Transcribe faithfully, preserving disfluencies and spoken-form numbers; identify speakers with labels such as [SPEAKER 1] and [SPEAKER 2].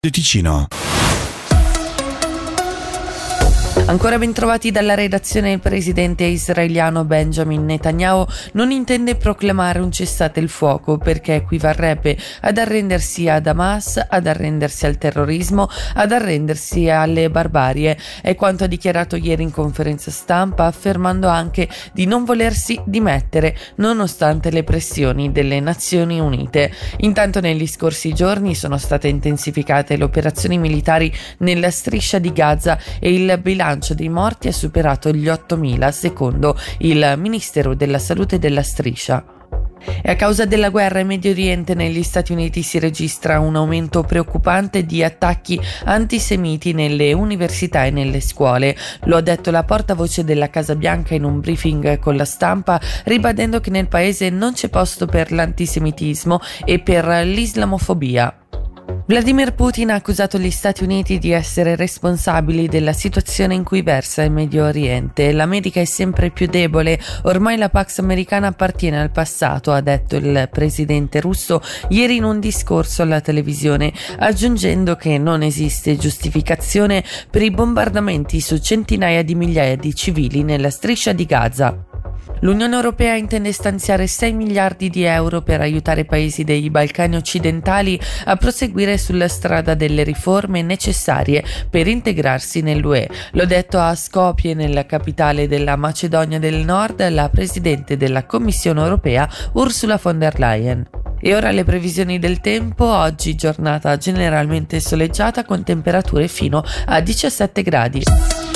[SPEAKER 1] Ticino.
[SPEAKER 2] Ancora ben trovati dalla redazione. Il presidente israeliano Benjamin Netanyahu non intende proclamare un cessate il fuoco perché equivarrebbe ad arrendersi ad Hamas, ad arrendersi al terrorismo, ad arrendersi alle barbarie. È quanto ha dichiarato ieri in conferenza stampa, affermando anche di non volersi dimettere nonostante le pressioni delle Nazioni Unite. Intanto negli scorsi giorni sono state intensificate le operazioni militari nella striscia di Gaza e il bilancio dei morti ha superato gli ottomila secondo il Ministero della Salute della striscia. E a causa della guerra in Medio Oriente, negli Stati Uniti si registra un aumento preoccupante di attacchi antisemiti nelle università e nelle scuole. Lo ha detto la portavoce della Casa Bianca in un briefing con la stampa, ribadendo che nel paese non c'è posto per l'antisemitismo e per l'islamofobia. Vladimir Putin ha accusato gli Stati Uniti di essere responsabili della situazione in cui versa il Medio Oriente. L'America è sempre più debole, ormai la Pax americana appartiene al passato, ha detto il presidente russo ieri in un discorso alla televisione, aggiungendo che non esiste giustificazione per i bombardamenti su centinaia di migliaia di civili nella striscia di Gaza. L'Unione Europea intende stanziare sei miliardi di euro per aiutare i paesi dei Balcani occidentali a proseguire sulla strada delle riforme necessarie per integrarsi nell'U E. L'ha detto a Skopje, nella capitale della Macedonia del Nord, la presidente della Commissione Europea Ursula von der Leyen. E ora le previsioni del tempo. Oggi giornata generalmente soleggiata con temperature fino a diciassette gradi.